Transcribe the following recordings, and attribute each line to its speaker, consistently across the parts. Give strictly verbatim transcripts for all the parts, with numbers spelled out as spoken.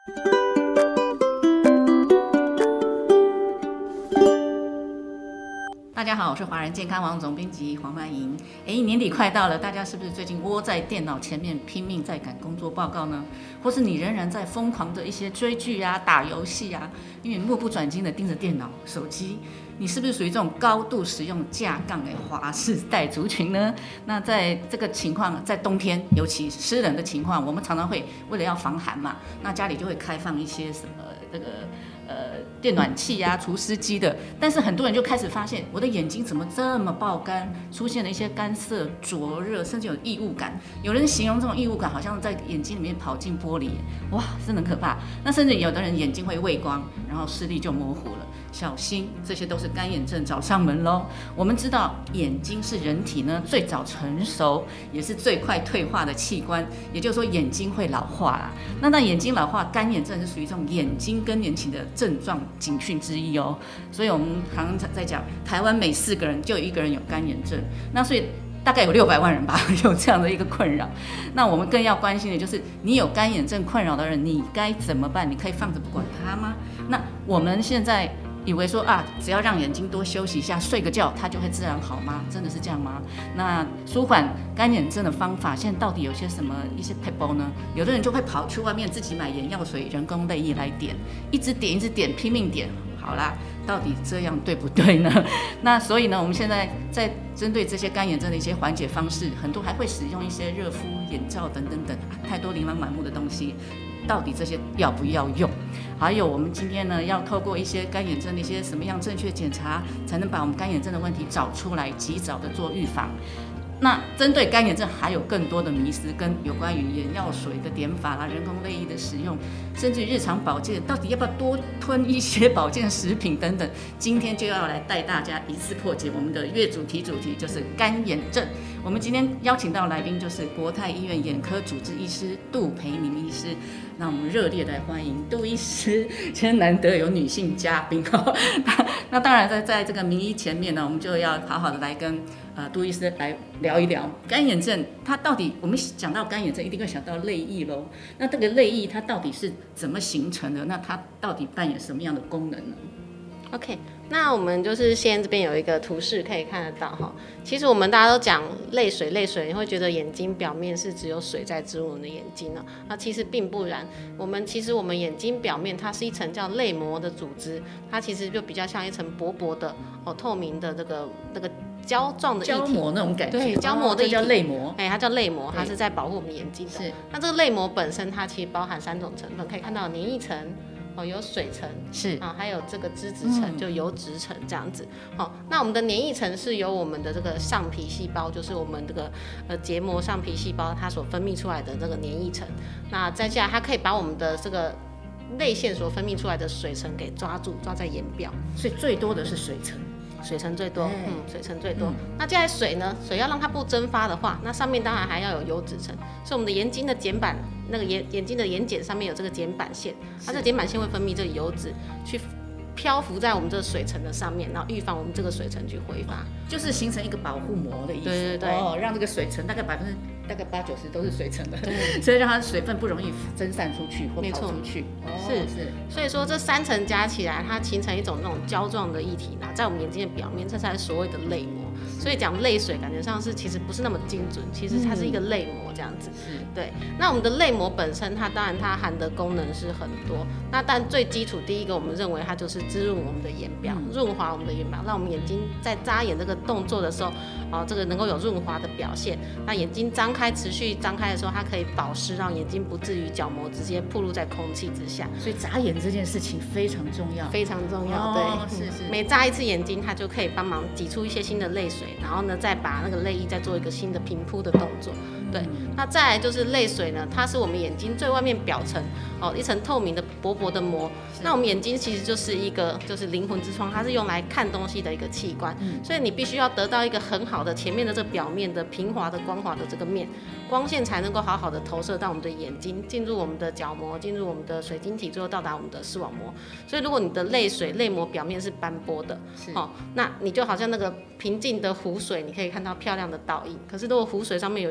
Speaker 1: 大家好，我是华人健康网总编辑黄曼莹。哎，年底快到了，大家是不是最近窝在电脑前面拼命在赶工作报告呢？或是你仍然在疯狂的一些追剧啊、打游戏啊，因为目不转睛的盯着电脑、手机，你是不是属于这种高度使用架杠的华世代族群呢？那在这个情况，在冬天尤其湿冷的情况，我们常常会为了要防寒嘛，那家里就会开放一些什么这个。呃，电暖气啊，除湿机的，但是很多人就开始发现，我的眼睛怎么这么爆干，出现了一些干涩、灼热，甚至有异物感。有人形容这种异物感好像在眼睛里面跑进玻璃，哇，真的很可怕。那甚至有的人眼睛会畏光，然后视力就模糊了。小心，这些都是干眼症找上门喽。我们知道，眼睛是人体呢最早成熟，也是最快退化的器官，也就是说眼睛会老化啦。那那眼睛老化，干眼症是属于这种眼睛更年期的症状警讯之一哦。所以我们常常在讲，台湾每四个人就有一个人有干眼症，那所以大概有六百万人吧有这样的一个困扰。那我们更要关心的就是，你有干眼症困扰的人，你该怎么办？你可以放着不管他吗？那我们现在以为说啊，只要让眼睛多休息一下，睡个觉，它就会自然好吗？真的是这样吗？那舒缓干眼症的方法，现在到底有些什么一些 tips 呢？有的人就会跑去外面自己买眼药水、人工泪液来点，一直点一直点，拼命点。好啦，到底这样对不对呢？那所以呢，我们现在在针对这些干眼症的一些缓解方式，很多还会使用一些热敷、眼罩等等等，太多琳琅满目的东西。到底这些要不要用？还有我们今天呢，要透过一些干眼症的一些什么样正确检查，才能把我们干眼症的问题找出来，及早的做预防。那针对干眼症还有更多的迷思，跟有关于眼药水的点法啦、人工泪液的使用，甚至于日常保健，到底要不要多吞一些保健食品等等。今天就要来带大家一次破解我们的月主题，主题就是干眼症。我们今天邀请到来宾就是国泰医院眼科主治医师杜培明医师，那我们热烈的欢迎杜医师。今天难得有女性嘉宾哦，那当然在在这个名医前面呢，我们就要好好的来跟呃杜医师来聊一聊干眼症。它到底我们讲到干眼症，一定会想到泪液喽。那这个泪液它到底是怎么形成的？那它到底扮演什么样的功能呢
Speaker 2: ？OK， 那我们就是先这边有一个图示可以看得到哈。其实我们大家都讲泪水，泪水，你会觉得眼睛表面是只有水在滋润我们的眼睛呢？那其实并不然。我们其实我们眼睛表面它是一层叫泪膜的组织，它其实就比较像一层薄薄的哦透明的这个那个胶状的液体，
Speaker 1: 胶膜那种感觉，
Speaker 2: 对，胶膜的液体、
Speaker 1: 哦、叫泪膜，
Speaker 2: 哎，它叫泪膜，它是在保护我们眼睛的。
Speaker 1: 是，
Speaker 2: 那这个泪膜本身它其实包含三种成分，可以看到黏液层。哦，有水层
Speaker 1: 是
Speaker 2: 啊，还有这个脂质层，嗯、就油脂层这样子。好、哦，那我们的黏液层是由我们的这个上皮细胞，就是我们这个呃结膜上皮细胞它所分泌出来的这个黏液层。那再下来，它可以把我们的这个泪腺所分泌出来的水层给抓住，抓在眼表。
Speaker 1: 所以最多的是水层。
Speaker 2: 水层最多，嗯，水层最多。嗯、那接下来水呢？水要让它不蒸发的话，那上面当然还要有油脂层。所以我们的眼睛的睑板，那个眼眼睛的眼睑上面有这个睑板腺，它这个睑板腺会分泌这个油脂去漂浮在我们这个水层的上面，然后预防我们这个水层去挥发，
Speaker 1: 就是形成一个保护膜的意思。
Speaker 2: 对对对，
Speaker 1: 哦，让这个水层大概百分之大概八九十都是水层的，所以让它水分不容易蒸散出去或跑出去。
Speaker 2: 哦、是是，所以说这三层加起来，它形成一种那种胶状的液体呢，在我们眼睛的表面，这才是所谓的泪膜。所以讲泪水，感觉上是其实不是那么精准，其实它是一个泪膜这样子。嗯、对。那我们的泪膜本身，它当然它含的功能是很多。那但最基础第一个，我们认为它就是滋润我们的眼表，嗯、润滑我们的眼表，让我们眼睛在眨眼这个动作的时候，哦，这个能够有润滑的表现。那眼睛张开，持续张开的时候，它可以保湿，让眼睛不至于角膜直接暴露在空气之下。
Speaker 1: 所以眨眼这件事情非常重要，
Speaker 2: 非常重要。
Speaker 1: 哦、
Speaker 2: 对，
Speaker 1: 是是。
Speaker 2: 每眨一次眼睛，它就可以帮忙挤出一些新的泪水。然后呢，再把那个泪液再做一个新的平铺的动作。对，那再来就是泪水呢，它是我们眼睛最外面表层哦一层透明的薄薄的膜。那我们眼睛其实就是一个就是灵魂之窗，它是用来看东西的一个器官。嗯、所以你必须要得到一个很好的前面的这表面的平滑的光滑的这个面，光线才能够好好的投射到我们的眼睛，进入我们的角膜，进入我们的水晶体，最后到达我们的视网膜。所以如果你的泪水泪膜表面是斑驳的，哦，那你就好像那个平静的湖水，你可以看到漂亮的倒影。可是如果湖水上面有一些波纹，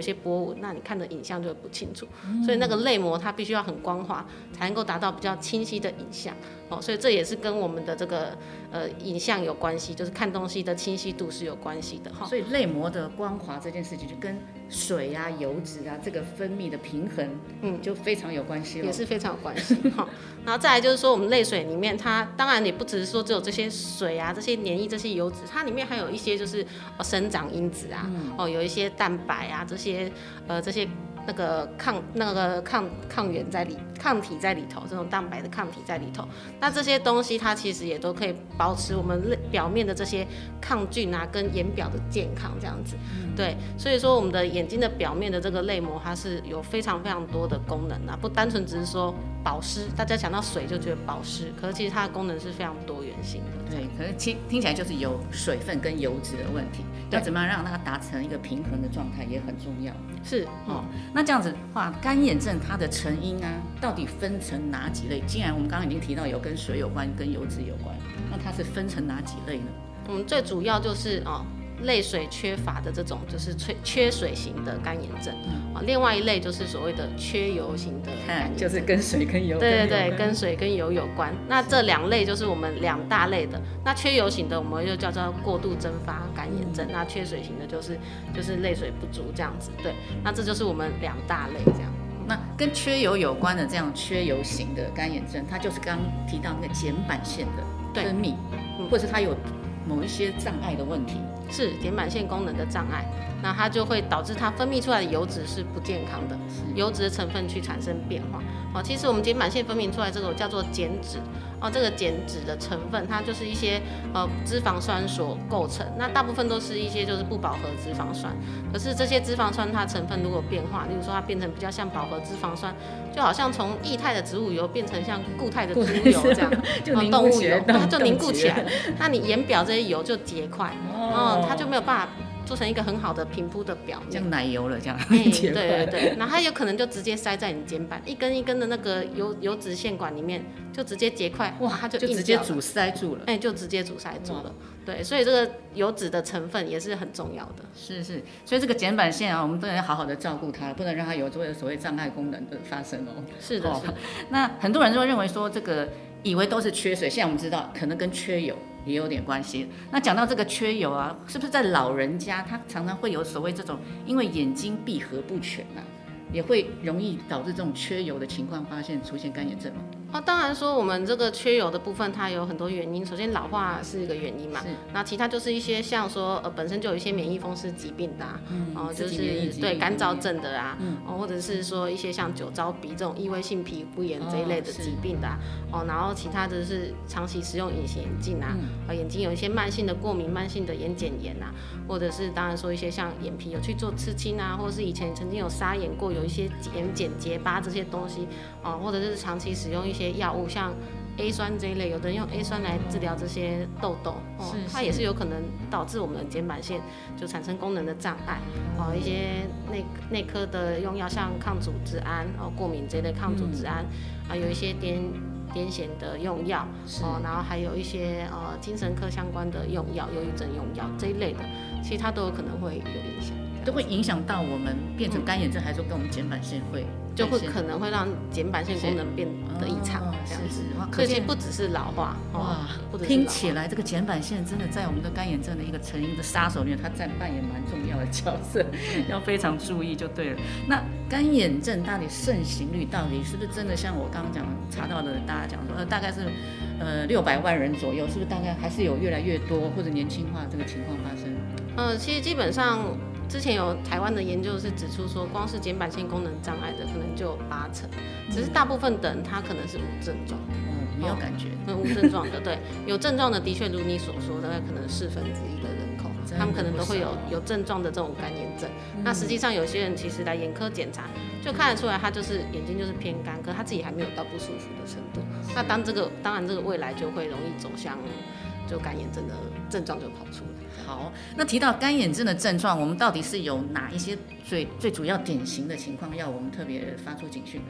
Speaker 2: 误，那你看的影像就会不清楚。嗯、所以那个类膜它必须要很光滑，才能够达到比较清晰的影像。哦，所以这也是跟我们的这个呃影像有关系，就是看东西的清晰度是有关系的哈。
Speaker 1: 所以类膜的光滑这件事情，就跟水啊、油脂啊这个分泌的平衡，嗯，就非常有关系了，
Speaker 2: 也是非常有关系哈。然后再来就是说，我们泪水里面，它当然也不只是说只有这些水啊、这些黏液、这些油脂，它里面还有一些就是哦生长因子啊，嗯、哦有一些蛋白啊，这些呃这些。那个抗那个抗抗原在里抗体在里头，这种蛋白的抗体在里头，那这些东西它其实也都可以保持我们表面的这些抗菌啊跟眼表的健康这样子。嗯、对，所以说我们的眼睛的表面的这个泪膜，它是有非常非常多的功能啊，不单纯只是说保湿，大家想到水就觉得保湿，可是其实它的功能是非常多元性的。
Speaker 1: 对，可是听听起来就是有水分跟油脂的问题，要怎么样让它达成一个平衡的状态也很重要。
Speaker 2: 是
Speaker 1: 哦，那这样子的话，干眼症它的成因啊，到底分成哪几类？既然我们刚刚已经提到有跟水有关、跟油脂有关，那它是分成哪几类呢？
Speaker 2: 我们最主要就是哦。泪水缺乏的这种就是缺缺水型的干眼症，啊、嗯，另外一类就是所谓的缺油型的干眼症，
Speaker 1: 就是跟水跟油，
Speaker 2: 对对对，跟水跟油有关。那这两类就是我们两大类的。那缺油型的我们就叫做过度蒸发干眼症，嗯、那缺水型的就是就是泪水不足这样子。对，那这就是我们两大类这样。
Speaker 1: 那跟缺油有关的这样缺油型的干眼症，它就是刚刚提到那个睑板腺的分泌，嗯、或者是它有某一些障碍的问题。
Speaker 2: 是睑板腺功能的障碍，那它就会导致它分泌出来的油脂是不健康的，油脂的成分去产生变化。哦，其实我们睑板腺分泌出来这个叫做碱脂，哦，这个碱脂的成分它就是一些呃脂肪酸所构成，那大部分都是一些就是不饱和脂肪酸。可是这些脂肪酸它成分如果变化，例如说它变成比较像饱和脂肪酸，就好像从液态的植物油变成像固态的猪油这样，
Speaker 1: 就动物油，
Speaker 2: 它就凝固起来了。那你眼表这些油就结块，哦，它就没有办法做成一个很好的平铺的表面，
Speaker 1: 像奶油了这样。
Speaker 2: 欸、对对对，然后它有可能就直接塞在你睑板，一根一根的那个油油脂线管里面，就直接结块，哇，它就
Speaker 1: 就直接阻塞住了，
Speaker 2: 哎、欸，就直接阻塞住了。对，所以这个油脂的成分也是很重要的。
Speaker 1: 是是，所以这个睑板腺啊，我们都要好好的照顾它，不能让它有所谓障碍功能的发生哦。
Speaker 2: 是的，
Speaker 1: 哦、
Speaker 2: 是的。
Speaker 1: 那很多人就会认为说，这个以为都是缺水，现在我们知道可能跟缺油也有点关系。那讲到这个缺油啊，是不是在老人家他常常会有所谓这种，因为眼睛闭合不全啊，也会容易导致这种缺油的情况发现出现干眼症吗？
Speaker 2: 哦，当然说我们这个缺油的部分，它有很多原因。首先老化是一个原因嘛，那其他就是一些像说呃本身就有一些免疫风湿疾病的、啊，嗯、哦就是对干燥症的啊，嗯、哦或者是说一些像酒糟鼻这种异位性皮肤炎这一类的疾病的、啊，哦然后其他的是长期使用隐形眼镜啊，嗯、呃眼睛有一些慢性的过敏、慢性的眼睑炎啊，或者是当然说一些像眼皮有去做刺青啊，或者是以前曾经有沙眼过，有一些眼睑结疤这些东西，哦或者是长期使用一些些药物，像 A 酸这一类，有的人用 A 酸来治疗这些痘痘，哦，它也是有可能导致我们的睑板腺就产生功能的障碍。哦，一些内内科的用药，像抗组织胺，哦，过敏这一类抗组织胺，啊、嗯，有一些癫癫痫的用药，哦，然后还有一些呃精神科相关的用药，忧郁症用药这一类的，其实它都有可能会有影响，
Speaker 1: 都会影响到我们变成干眼症，还是说跟我们睑板腺会？
Speaker 2: 就会可能会让睑板腺功能变得异常，这样子。所以其实不只是老化，哇，
Speaker 1: 听起来这个睑板腺真的在我们的干眼症的一个成因的杀手里面，它在扮演蛮重要的角色，要非常注意就对了。那干眼症到底盛行率到底是不是真的像我刚刚讲查到的，大家讲说，呃，大概是呃六百万人左右，是不是大概还是有越来越多或者年轻化这个情况发生？
Speaker 2: 呃，其实基本上。之前有台湾的研究是指出说，光是睑板腺功能障碍的可能就有八成，只是大部分的人他可能是无症状，
Speaker 1: 嗯，没有感觉，
Speaker 2: 嗯，无症状的，对，有症状的的确如你所说，大概可能四分之一的人口，他们可能都会有有症状的这种干眼症。嗯、那实际上有些人其实来眼科检查就看得出来，他就是眼睛就是偏干，可他自己还没有到不舒服的程度。那当这个当然这个未来就会容易走向就干眼症的症状就跑出来。
Speaker 1: 好，那提到干眼症的症状，我们到底是有哪一些最最主要典型的情况要我们特别发出警讯的？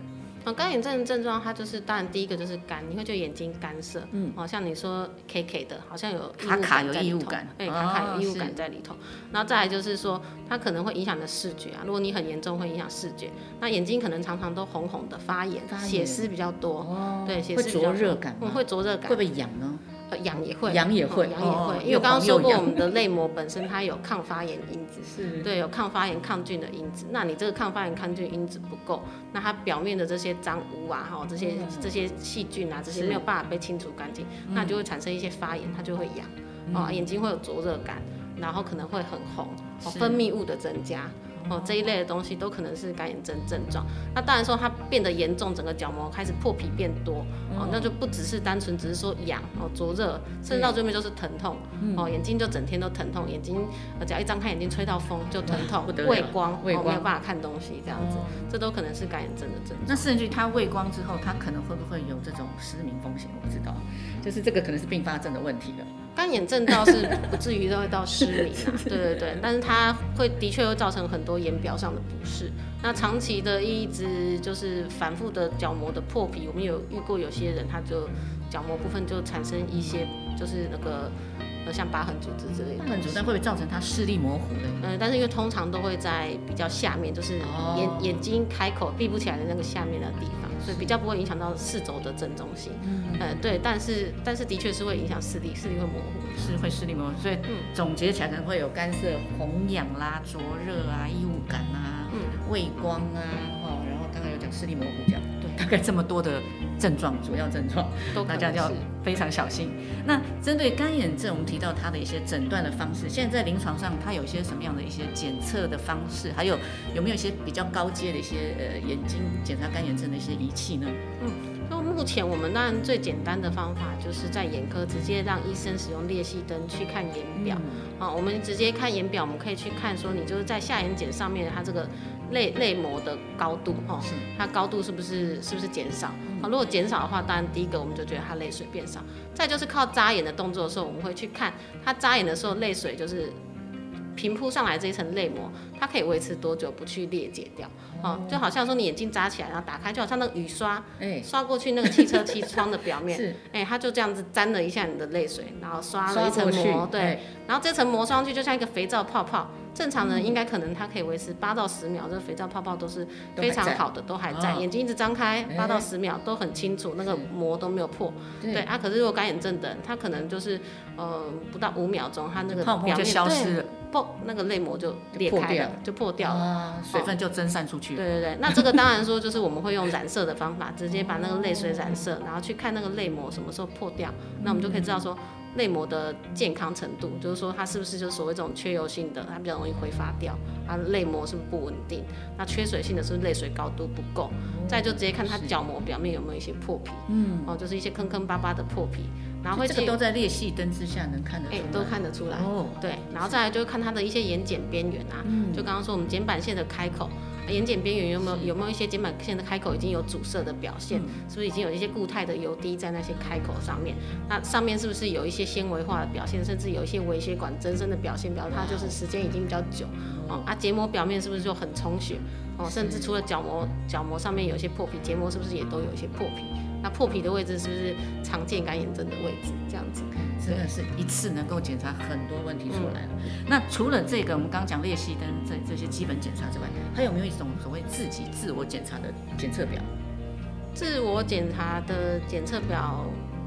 Speaker 2: 呃，干眼症的症状，它就是当然第一个就是干，你会觉得眼睛干涩，嗯，哦，像你说 K K 的，好像有
Speaker 1: 卡卡有异物感，
Speaker 2: 对，卡卡有异物感在里头。然后再来就是说，它可能会影响你的视觉啊，如果你很严重，会影响视觉。那眼睛可能常常都红红的，发炎，血丝比较多，哦，对，血丝比较多，
Speaker 1: 会灼热感，
Speaker 2: 嗯，会灼热感，
Speaker 1: 会不会痒呢？
Speaker 2: 呃，痒也会，
Speaker 1: 痒也会，
Speaker 2: 痒也会，因为我刚刚说过，我们的泪膜本身它有抗发炎因子，
Speaker 1: 是，
Speaker 2: 对，有抗发炎抗菌的因子。那你这个抗发炎抗菌因子不够，那它表面的这些脏污啊，哈，这些这些细菌啊，这些没有办法被清除干净，那就会产生一些发炎，它就会痒，哦，眼睛会有灼热感，然后可能会很红，哦，分泌物的增加。哦，这一类的东西都可能是干眼症症状。那当然说它变得严重，整个角膜开始破皮变多，哦，那就不只是单纯只是说痒哦灼热，甚至到最后就是疼痛，哦，眼睛就整天都疼痛，眼睛只要一张开眼睛吹到风就疼痛，畏光，畏光，哦，没有办法看东西这样子，这都可能是干眼症的症状。
Speaker 1: 那甚至于它畏光之后，它可能会不会有这种失明风险？我不知道，就是这个可能是并发症的问题了。
Speaker 2: 干眼症倒是不至于会到失明啊，对对对，但是它会的确会造成很多眼表上的不适。那长期的一直就是反复的角膜的破皮，我们有遇过有些人他就角膜部分就产生一些就是那个呃像疤痕组织之类的。
Speaker 1: 疤痕组织会不会造成它视力模糊的？
Speaker 2: 呃，但是因为通常都会在比较下面，就是眼、哦、眼睛开口闭不起来的那个下面的地方，所以比较不会影响到视轴的正中心。嗯，呃，对，但是但是的确是会影响视力，视力会模糊，
Speaker 1: 是会视力模糊。所以总结起来可能会有干涩、红痒啦、灼热啊、异物感啊、嗯、畏光啊，哈，然后刚刚有讲视力模糊这样，对，大概这么多的症状，主要症状，大家要非常小心。那针对干眼症，我们提到它的一些诊断的方式，现在在临床上它有一些什么样的一些检测的方式，还有有没有一些比较高阶的一些呃眼睛检查干眼症的一些仪器呢？
Speaker 2: 嗯，那目前我们当然最简单的方法就是在眼科直接让医生使用裂隙灯去看眼表。嗯、啊，我们直接看眼表，我们可以去看说你就是在下眼睑上面它这个泪泪膜的高度，哈，它高度是不是是不是减少？啊，如果减少的话，当然第一个我们就觉得它泪水变少。再就是靠眨眼的动作的时候，我们会去看它眨眼的时候泪水就是平铺上来这一层泪膜，它可以维持多久不去裂解掉？哦，就好像说你眼睛眨起来，然后打开，就好像那个雨刷，欸、刷过去那个汽车气窗的表面，哎、欸，它就这样子沾了一下你的泪水，然后刷了一层膜，对，欸、然后这层膜上去就像一个肥皂泡泡。正常人应该可能它可以维持八到十秒，这个肥皂泡泡都是非常好的，都还在，哦、眼睛一直张开，八到十秒都很清楚，那个膜都没有破。对, 对啊，可是如果干眼症的人，他可能就是呃不到五秒钟，他那个表面就消失了，不，那个泪膜就裂开了，就破掉了，
Speaker 1: 啊、水分就蒸散出去了。
Speaker 2: 对对对，那这个当然说就是我们会用染色的方法，直接把那个泪水染色，然后去看那个泪膜什么时候破掉，那我们就可以知道说。泪膜的健康程度，就是说它是不是就是所谓这种缺油性的，它比较容易挥发掉，它泪膜是不是不稳定？那缺水性的是不是泪水高度不够？嗯、再就直接看它角膜表面有没有一些破皮，嗯，哦，就是一些坑坑巴巴的破皮，然后会
Speaker 1: 这个都在裂隙灯之下能看得出来，哎、
Speaker 2: 欸，都看得出来，哦，对，然后再来就看它的一些眼睑边缘啊，嗯、就刚刚说我们睑板腺的开口。眼睑边缘有没有有没有一些睑板腺的开口已经有阻塞的表现？嗯、是不是已经有一些固态的油滴在那些开口上面？那上面是不是有一些纤维化的表现，甚至有一些微血管增生的表现？表示它就是时间已经比较久。哦，啊，结膜表面是不是就很充血？哦，甚至除了角膜角膜上面有一些破皮，结膜是不是也都有一些破皮？那破皮的位置是不是常见干眼症的位置？这样子，
Speaker 1: 真的是一次能够检查很多问题出来了。嗯、那除了这个，我们刚刚讲裂隙灯这这些基本检查之外，还有没有一种所谓自己自我检查的检测表？
Speaker 2: 自我检查的检测表，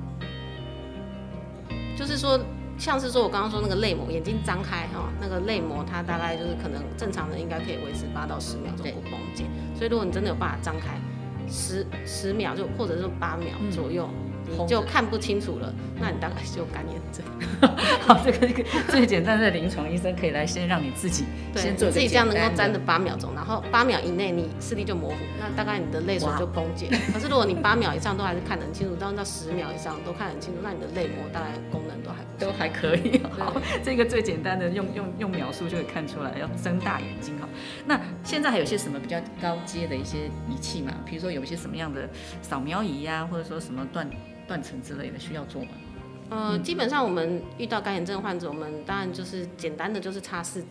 Speaker 2: 就是说，像是说我刚刚说那个泪膜，眼睛张开哈、哦，那个泪膜它大概就是可能正常人应该可以维持八到十秒钟不崩解，所以如果你真的有办法张开。十十秒就或者是八秒左右，嗯、你就看不清楚了，那你大概就干眼症。
Speaker 1: 好，这个这个最简单的临床医生可以来先让你自己先做
Speaker 2: 自己这样能够站的八秒钟，然后八秒以内你视力就模糊，那大概你的泪水就崩解。可是如果你八秒以上都还是看得很清楚，到到十秒以上都看得很清楚，那你的泪膜大概功能都还不
Speaker 1: 都还可以。好，这个最简单的用用用秒数就可以看出来，要睁大眼睛哈。那现在还有些什么比较高阶的一些仪器嘛？比如说有一些什么样的扫描仪呀、啊，或者说什么断断层之类的需要做吗？
Speaker 2: 呃，基本上我们遇到干眼症患者，我们当然就是简单的就是擦拭子啦，哦，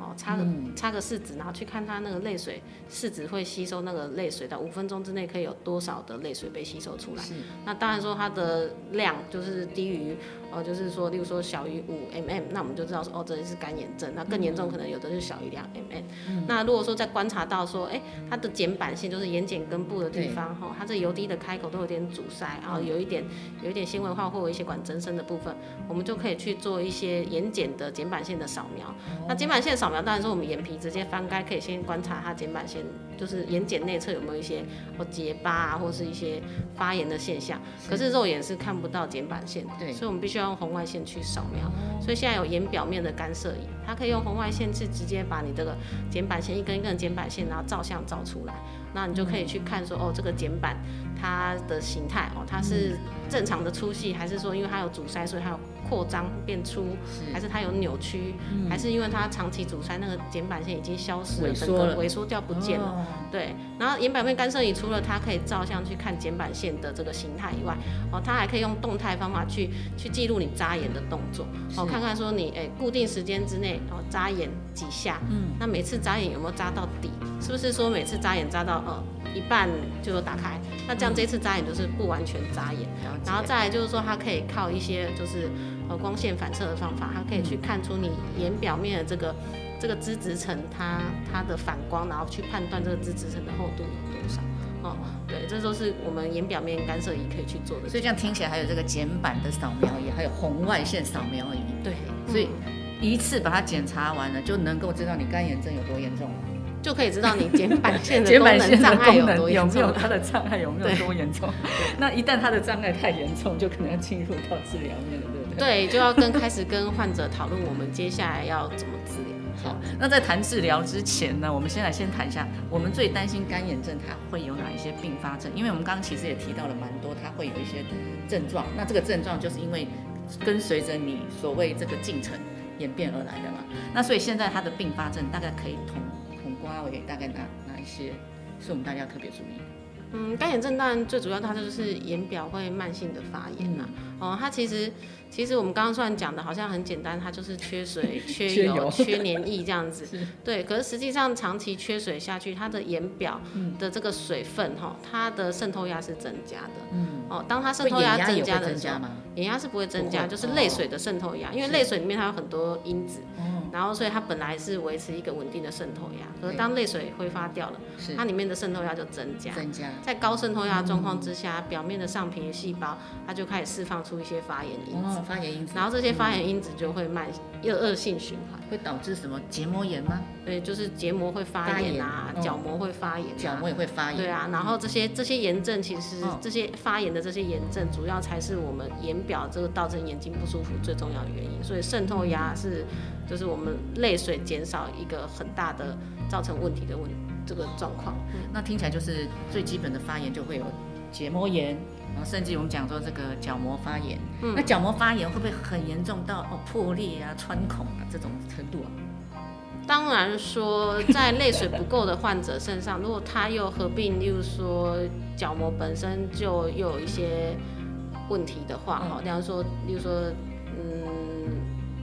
Speaker 2: 哦，擦个、嗯、擦个试纸，然后去看它那个泪水试纸会吸收那个泪水的五分钟之内可以有多少的泪水被吸收出来。那当然说它的量就是低于，呃，就是说，例如说小于五 mm， 那我们就知道说哦，这是干眼症。那更严重可能有的是小于两 mm。嗯、那如果说再观察到说，哎、欸，它的睑板腺就是眼睑根部的地方哈，它这油滴的开口都有点阻塞，然后有一点有一点纤维化或有一些管增生的部分，我们就可以去做一些眼睑的睑板腺的扫描。哦、那睑板腺扫描当然说我们眼皮直接翻开，可以先观察它睑板腺，就是眼睑内侧有没有一些哦结疤啊，或是一些发炎的现象。可是肉眼是看不到睑板腺，对，所以我们必须要用红外线去扫描。哦、所以现在有眼表面的干涉仪，它可以用红外线去直接把你这个睑板腺一根一根的睑板腺，然后照相照出来。那你就可以去看说，哦，这个睑板它的形态哦，它是正常的粗细，还是说因为它有阻塞，所以它有扩张变粗，还是它有扭曲，嗯、还是因为它长期阻塞，那个睑板腺已经消失了，整个萎缩掉不见了。哦、对，然后眼表面干涉仪除了它可以照相去看睑板腺的这个形态以外，哦，它还可以用动态方法去去记录你眨眼的动作，哦，看看说你哎固定时间之内哦眨眼几下，嗯，那每次眨眼有没有眨到底？是不是说每次眨眼眨到呃一半就打开？那这样这次眨眼就是不完全眨眼。嗯、然后再来就是说，它可以靠一些就是呃光线反射的方法，它可以去看出你眼表面的这个这个脂质层它它的反光，然后去判断这个脂质层的厚度有多少。哦，对，这都是我们眼表面干涉仪可以去做的。
Speaker 1: 所以这样听起来还有这个睑板的扫描仪，还有红外线扫描仪。
Speaker 2: 对，
Speaker 1: 所以一次把它检查完了，就能够知道你干眼症有多严重了。
Speaker 2: 就可以知道你睑板腺的功能障碍有多严重，
Speaker 1: 有没有它的障碍有没有多严重？那一旦它的障碍太严重，就可能要进入到治疗面了，对不对？
Speaker 2: 对，就要跟开始跟患者讨论我们接下来要怎么治疗。
Speaker 1: 好，那在谈治疗之前呢，我们先来先谈一下，我们最担心干眼症它会有哪一些并发症？因为我们刚刚其实也提到了蛮多，它会有一些症状。那这个症状就是因为跟随着你所谓这个进程演变而来的嘛。那所以现在它的并发症大概可以统统括为大概哪哪一些是我们大家特别注意的？
Speaker 2: 嗯，干眼症当然最主要它就是眼表会慢性的发炎啦。嗯、哦，它其实其实我们刚刚虽然讲的好像很简单，它就是缺水、缺油、缺黏液这样子。对，可是实际上长期缺水下去，它的眼表的这个水分哈、哦，它的渗透压是增加的。嗯。哦，当它渗透压增加的时候，眼压是不会增加，就是泪水的渗透压，因为泪水里面它有很多因子。然后，所以它本来是维持一个稳定的渗透压，可是当泪水挥发掉了，它里面的渗透压就增加。增加。在高渗透压的状况之下，嗯、表面的上皮细胞它就开始释放出一些发炎因子。
Speaker 1: 哦，发炎因子。
Speaker 2: 然后这些发炎因子就会慢恶恶性循环，
Speaker 1: 会导致什么结膜炎吗？
Speaker 2: 对，就是结膜会发炎啊，炎角膜会发炎、啊，
Speaker 1: 角膜也会发炎。
Speaker 2: 对啊，然后这些这些炎症其实、哦、这些发炎的这些炎症，主要才是我们眼表这个造成眼睛不舒服最重要的原因。所以渗透压是就是我们泪水减少一个很大的造成问题的问这个状况。
Speaker 1: 嗯，那听起来就是最基本的发炎就会有结膜炎，然后甚至我们讲说这个角膜发炎。嗯，那角膜发炎会不会很严重到哦破裂啊、穿孔啊这种程度啊？
Speaker 2: 当然说，在泪水不够的患者身上，如果他又合并，例如说角膜本身就又有一些问题的话，哈、嗯，例如说，例如说，嗯，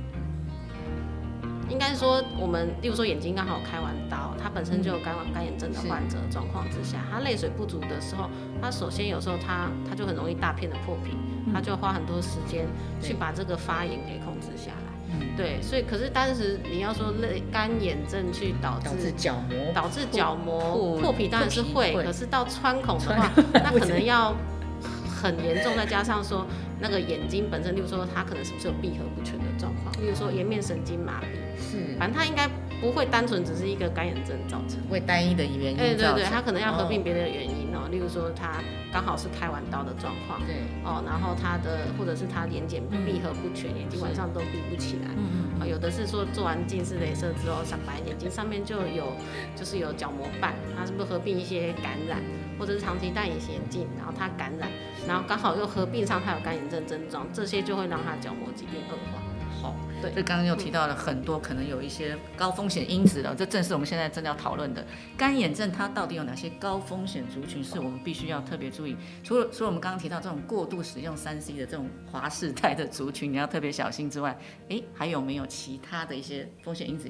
Speaker 2: 应该说我们，例如说眼睛刚好开完刀，他本身就有干干眼症的患者状况之下，他泪水不足的时候，他首先有时候他他就很容易大片的破皮，嗯、他就花很多时间去把这个发炎给控制下来。对，所以可是当时你要说泪干眼症去导致
Speaker 1: 导致角膜
Speaker 2: 导致角膜破皮当然是会，可是到穿孔的话，那可能要很严重，再加上说那个眼睛本身，例如说它可能是不是有闭合不全的状况，例如说颜面神经麻痹，是，反正它应该不会单纯只是一个干眼症造成，
Speaker 1: 不会单一的原因造成，
Speaker 2: 对对对，它可能要合并别的原因哦，例如说它刚好是开完刀的状况，对，哦，然后它的或者是它眼睑闭合不全，眼睛晚上都闭不起来，嗯嗯，有的是说做完近视雷射之后，上白眼睛上面就有就是有角膜瓣，它是不是合并一些感染，或者是长期戴隐形眼镜，然后它感染，然后刚好又合并上它有干眼症症状，这些就会让它角膜疾病恶化。
Speaker 1: 好，对，这刚刚又提到了很多可能有一些高风险因子了，这正是我们现在真的要讨论的。干眼症它到底有哪些高风险族群是我们必须要特别注意？除了除了我们刚刚提到这种过度使用三 C 的这种滑世代的族群，你要特别小心之外，哎，还有没有其他的一些风险因子要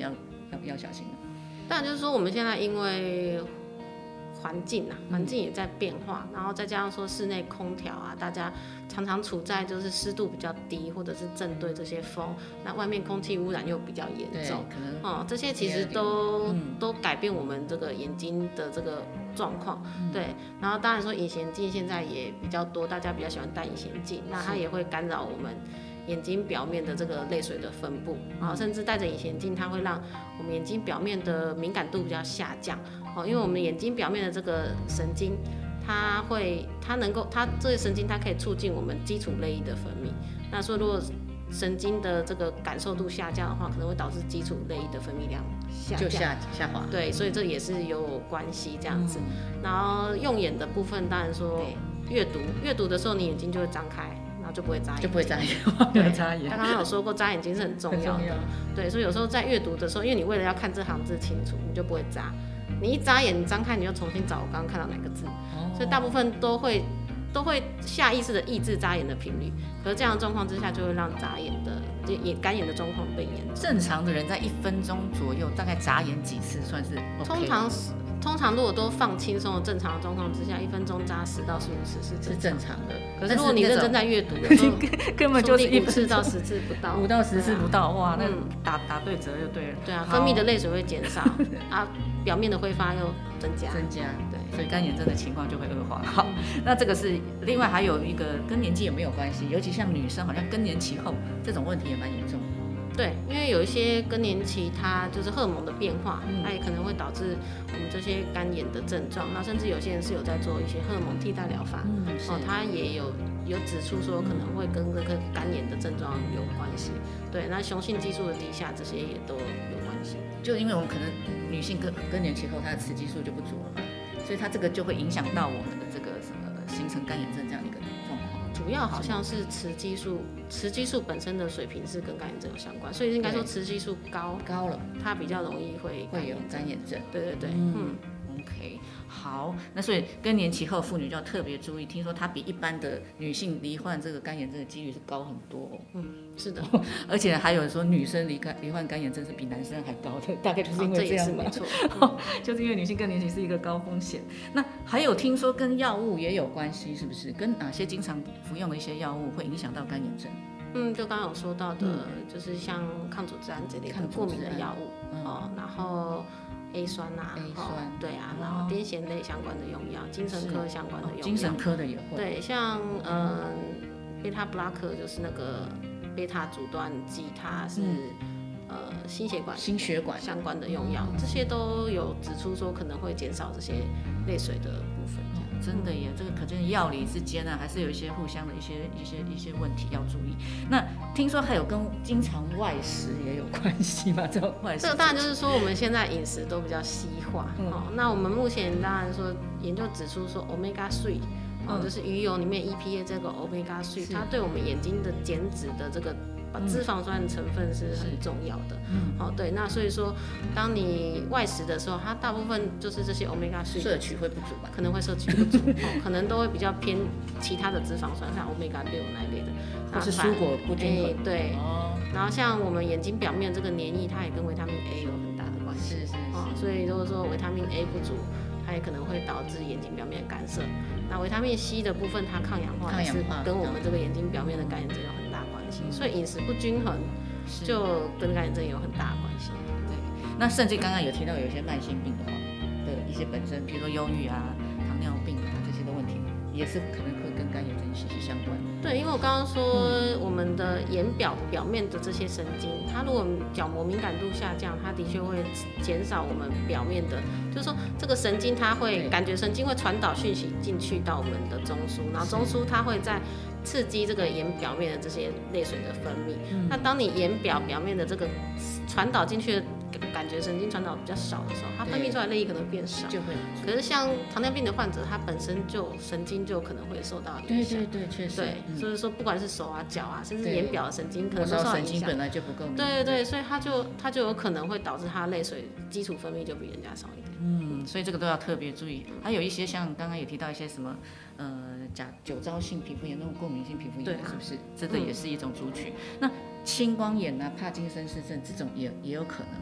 Speaker 1: 要要小心的？
Speaker 2: 当然就是说我们现在因为环境啊，环境也在变化，然后再加上说室内空调啊，大家常常处在就是湿度比较低，或者是正对这些风，那外面空气污染又比较严重，
Speaker 1: 可能
Speaker 2: 哦，这些其实都、嗯、都改变我们这个眼睛的这个状况，嗯、对。然后当然说隐形眼镜现在也比较多，大家比较喜欢戴隐形眼镜，那它也会干扰我们眼睛表面的这个泪水的分布，然后甚至戴着隐形眼镜，它会让我们眼睛表面的敏感度比较下降。哦，因为我们眼睛表面的这个神经，它会，它能够，它这些神经它可以促进我们基础泪液的分泌。那说如果神经的这个感受度下降的话，可能会导致基础泪液的分泌量下降，
Speaker 1: 就下下滑。
Speaker 2: 对，所以这也是有关系这样子。嗯、然后用眼的部分，当然说阅读，阅读的时候你眼睛就会张开。就不会眨眼，
Speaker 1: 就不会眨眼，
Speaker 2: 对，
Speaker 1: 眨眼。
Speaker 2: 刚刚有说过，眨眼睛是很重要的，对，所以有时候在阅读的时候，因为你为了要看这行字清楚，你就不会眨。你一眨眼，你张开，你就重新找我刚刚看到哪个字，哦、所以大部分都会都会下意识的抑制眨眼的频率。可是这样的状况之下，就会让眨眼的眼干眼的状况更严重。
Speaker 1: 正常的人在一分钟左右，大概眨眼几次算是 OK？
Speaker 2: 通常通常如果都放轻松的正常的状况之下，一分钟眨十到十五次是
Speaker 1: 是正常的。
Speaker 2: 可是如果你认真在阅读的时候，
Speaker 1: 根本就是
Speaker 2: 五次到十次不到，
Speaker 1: 五到十次不到，哇，那打打对折就对了。
Speaker 2: 对啊，分泌的泪水会减少啊，表面的挥发又增加，
Speaker 1: 增加，
Speaker 2: 对，
Speaker 1: 所以干眼症的情况就会恶化。好，那这个是另外还有一个跟年纪也没有关系，尤其像女生，好像更年期后这种问题也蛮严重。
Speaker 2: 对，因为有一些更年期，它就是荷尔蒙的变化，嗯、它也可能会导致我们这些干眼的症状。那甚至有些人是有在做一些荷尔蒙替代疗法，嗯、哦，他也有有指出说可能会跟这个干眼的症状有关系。对，那雄性激素的低下，这些也都有关系。
Speaker 1: 就因为我们可能女性更更年期后，她的雌激素就不足了嘛，所以它这个就会影响到我们的这个什么形成干眼症这样的一个状况。
Speaker 2: 主要好像是雌激素，雌激素本身的水平是跟干眼症有相关，所以应该说雌激素高
Speaker 1: 高了，
Speaker 2: 它比较容易会
Speaker 1: 会有干眼症。
Speaker 2: 对对对，嗯。嗯
Speaker 1: OK， 好，那所以更年期后妇女就要特别注意，听说她比一般的女性罹患这个干眼症的几率是高很多、哦。
Speaker 2: 嗯，是的，
Speaker 1: 而且还有说女生罹干罹患干眼症是比男生还高的，大概就是因为这样吧。
Speaker 2: 哦、这也是没错，
Speaker 1: 就是因为女性更年期是一个高风险。那还有听说跟药物也有关系，是不是？跟哪些经常服用的一些药物会影响到干眼症？
Speaker 2: 嗯，就刚刚有说到的，嗯、就是像抗组织胺这类的过敏的药物、嗯、哦，然后。A 酸啊
Speaker 1: ，A 酸、哦，
Speaker 2: 对啊，然后癫痫类相关的用药，精神科相关的用药，
Speaker 1: 精神科的也会。
Speaker 2: 对，像嗯，贝塔布拉克就是那个贝塔阻断剂，它是、嗯、呃心血管、
Speaker 1: 心血管
Speaker 2: 相关的用药，这些都有指出说可能会减少这些泪水的部分。
Speaker 1: 哦、真的耶，这个可见药理之间啊，还是有一些互相的一些一些一些问题要注意。那听说还有跟经常外食也有关系吗？这种外食，
Speaker 2: 这个当然就是说我们现在饮食都比较西化。嗯、哦，那我们目前当然说研究指出说 omega 三。哦，就是鱼油里面 E P A 这个 omega 三，它对我们眼睛的减脂的这个脂肪酸成分是很重要的。嗯，好、哦，对，那所以说，当你外食的时候，它大部分就是这些 omega 三
Speaker 1: 摄取会不足吧？
Speaker 2: 可能会摄取不足，哦，可能都会比较偏其他的脂肪酸，像 omega 六那一类的，
Speaker 1: 或是蔬果不均衡。
Speaker 2: 对，哦，然后像我们眼睛表面这个黏液，它也跟维他命 A 有很大的关系。
Speaker 1: 是是是。
Speaker 2: 哦，所以如果说维他命 A 不足，它也可能会导致眼睛表面的干涩。那维他命 C 的部分，它抗氧化也是跟我们这个眼睛表面的干眼症有很大关系，所以饮食不均衡就跟干眼症有很大的关系。
Speaker 1: 对，那甚至刚刚有提到有一些慢性病的话的一些本身，比如说忧郁啊、糖尿病啊这些的问题，也是可能会跟干眼症息息相关。
Speaker 2: 对，因为我刚刚说、嗯、我们的眼表表面的这些神经，它如果角膜敏感度下降，它的确会减少我们表面的，就是说这个神经它会感觉神经会传导讯息进去到我们的中枢，然后中枢它会在刺激这个眼表面的这些泪水的分泌。嗯、那当你眼表表面的这个传导进去的感觉神经传导比较少的时候，它分泌出来的泪液可能会变少。
Speaker 1: 就会。
Speaker 2: 可是像糖尿病的患者，他本身就神经就可能会受到影响。
Speaker 1: 对对对，确实。
Speaker 2: 对，嗯、所以说不管是手啊、脚啊，甚至眼表的神经可能都受到影响。
Speaker 1: 神经本来就不够。
Speaker 2: 对对对，所以它就它就有可能会导致它泪水基础分泌就比人家少一点。
Speaker 1: 嗯，所以这个都要特别注意。还有一些像刚刚也提到一些什么，呃，甲酒糟性皮肤炎、那种过敏性皮肤炎，啊、是不是？这个也是一种族群。嗯、那青光眼啊、帕金森氏症这种也也有可能啊。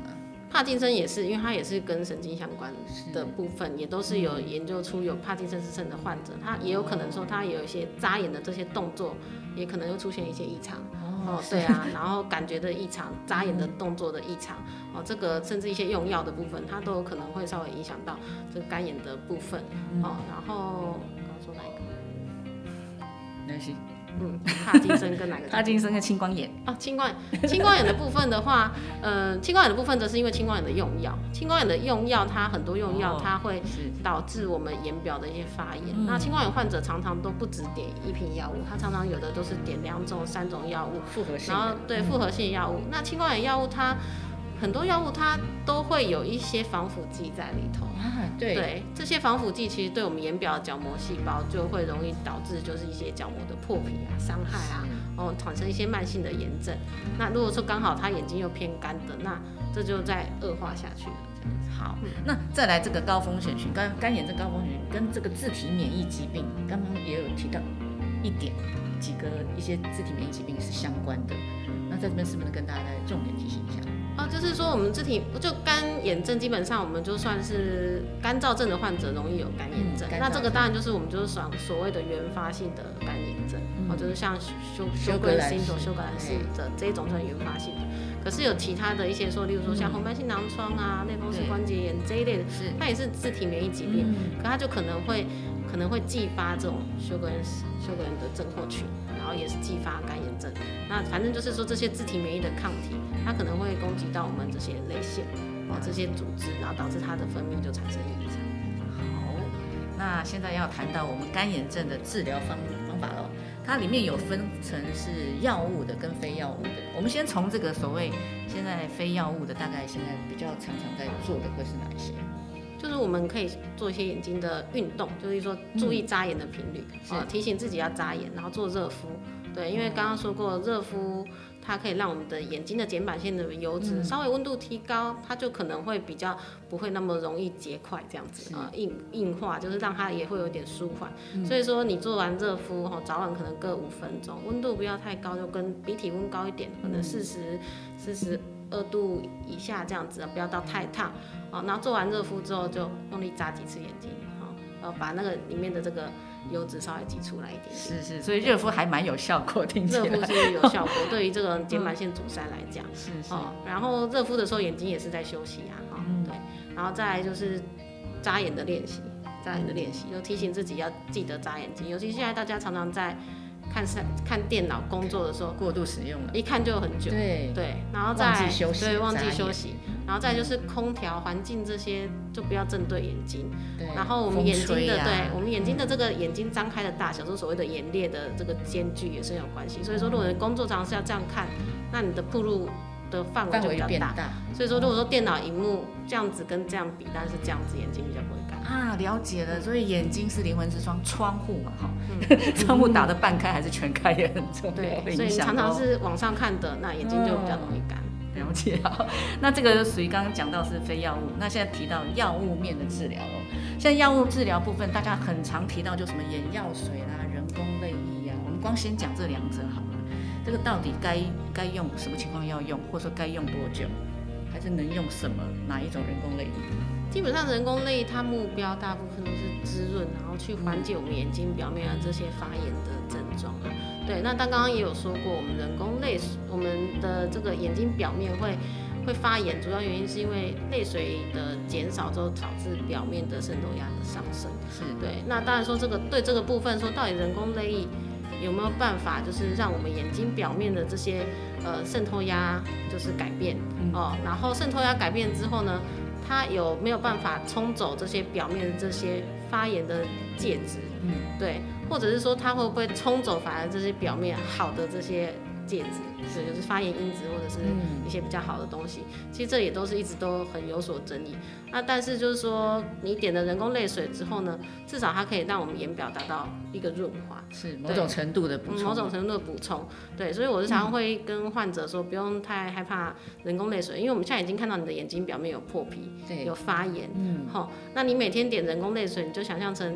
Speaker 2: 帕金森也是，因为它也是跟神经相关的部分，也都是有研究出有帕金森氏症的患者，他也有可能说他有一些眨眼的这些动作，也可能会出现一些异常。哦，对啊，然后感觉的异常，眨眼的动作的异常，哦，这个甚至一些用药的部分，它都有可能会稍微影响到这个干眼的部分。哦，然后刚刚说哪一个？
Speaker 1: 没关系。
Speaker 2: 嗯，帕金森跟哪个？
Speaker 1: 帕金森跟青光眼。
Speaker 2: 哦，青光眼，青光眼的部分的话，呃，青光眼的部分则是因为青光眼的用药，青光眼的用药它很多用药，它会导致我们眼表的一些发炎。嗯、那青光眼患者常常都不只点一瓶药物，他常常有的都是点两种、三种药物，
Speaker 1: 复合性。
Speaker 2: 然后对复合性药物，那青光眼药物它。很多药物它都会有一些防腐剂在里头，
Speaker 1: 啊、对,
Speaker 2: 对，这些防腐剂其实对我们眼表的角膜细胞就会容易导致就是一些角膜的破皮啊、伤害啊，哦，产生一些慢性的炎症。那如果说刚好他眼睛又偏干的，那这就再恶化下去了。这样子。
Speaker 1: 好，嗯、那再来这个高风险群，干干眼症高风险群跟这个自体免疫疾病，刚刚也有提到一点，几个一些自体免疫疾病是相关的。那在这边是不是能跟大家再重点提醒一下？
Speaker 2: 哦，就是说我们自体就干眼症，基本上我们就算是干燥症的患者容易有干眼症，嗯、那这个当然就是我们就是所所谓的原发性的干眼症，嗯、哦，就是像休休格兰氏、休格兰氏的这一种算原发性的。可是有其他的一些说，例如说像红斑性囊疮啊、类风湿关节炎这一类的，它也是自体免疫疾病，嗯、可它就可能会可能会继发这种休格兰休格兰的症候群。然后也是继发干眼症，那反正就是说这些自体免疫的抗体，它可能会攻击到我们这些泪腺，哦这些组织，然后导致它的分泌就产生异常。
Speaker 1: 好，那现在要谈到我们干眼症的治疗方方法了，它里面有分成是药物的跟非药物的。我们先从这个所谓现在非药物的，大概现在比较常常在做的会是哪一些？
Speaker 2: 就是我们可以做一些眼睛的运动，就是说注意眨眼的频率，嗯、提醒自己要眨眼，然后做热敷。对，因为刚刚说过，热敷它可以让我们的眼睛的睑板腺的油脂稍微温度提高，它就可能会比较不会那么容易结块这样子啊、呃、硬硬化，就是让它也会有点舒缓。嗯、所以说你做完热敷哈，早晚可能各五分钟，温度不要太高，就跟比体温高一点，可能四十四十二度以下这样子，不要到太烫。哦，然后做完热敷之后，就用力眨几次眼睛，哦，呃，把那个里面的这个油脂稍微挤出来一点点。
Speaker 1: 是是，所以热敷还蛮有效果，听起来。
Speaker 2: 热敷是有效果，对于这个睑板腺阻塞来讲。
Speaker 1: 是是。
Speaker 2: 哦，然后热敷的时候眼睛也是在休息啊，哈、哦，嗯、对，然后再来就是眨眼的练习，眨眼的练习，就提醒自己要记得眨眼睛，尤其现在大家常常在。看看电脑工作的时候，
Speaker 1: 过度使用了，
Speaker 2: 一看就很久。对
Speaker 1: 对，
Speaker 2: 然后再
Speaker 1: 忘记休息，
Speaker 2: 对，忘记休息，然后再就是空调环境这些就不要正对眼睛。对，然后我们眼睛的，啊、对我们眼睛的这个眼睛张开的大小，就是所谓的眼裂的这个间距也是很有关系。所以说，如果你工作常是要这样看，那你的暴露的范围就比较大。大所以说，如果说电脑荧幕这样子跟这样比，但是这样子眼睛比较不会干。
Speaker 1: 啊，了解了，所以眼睛是灵魂之窗，窗户嘛，哈、嗯，窗户打得半开还是全开也很重要，
Speaker 2: 对，所以常常是往上看的，那眼睛就比较容易干。
Speaker 1: 嗯、了解好，那这个属于刚刚讲到是非药物，那现在提到药物面的治疗哦，现在药物治疗部分，大家很常提到就什么眼药水啦、人工泪液啊，我们光先讲这两者好了，这个到底该该用什么情况要用，或者说该用多久，还是能用什么哪一种人工泪液？
Speaker 2: 基本上人工泪它目标大部分都是滋润，然后去缓解我们眼睛表面的这些发炎的症状啊。对，那但刚刚也有说过，我们人工泪我们的这个眼睛表面会会发炎，主要原因是因为泪水的减少之后导致表面的渗透压的上升。是对，那当然说这个对这个部分说，到底人工泪液有没有办法，就是让我们眼睛表面的这些呃渗透压就是改变、嗯、哦，然后渗透压改变之后呢？它有没有办法冲走这些表面的这些发炎的介质？嗯，对，或者是说它会不会冲走反而这些表面好的这些介质，对，就是发炎因子或者是一些比较好的东西。嗯、其实这也都是一直都很有所争议。那但是就是说，你点了人工泪水之后呢，至少它可以让我们眼表达到一个润滑，
Speaker 1: 是某种程度的补充、
Speaker 2: 嗯，某种程度的补充。对，所以我是常常会跟患者说，不用太害怕人工泪水，因为我们现在已经看到你的眼睛表面有破皮，有发炎，嗯，好，那你每天点人工泪水，你就想象成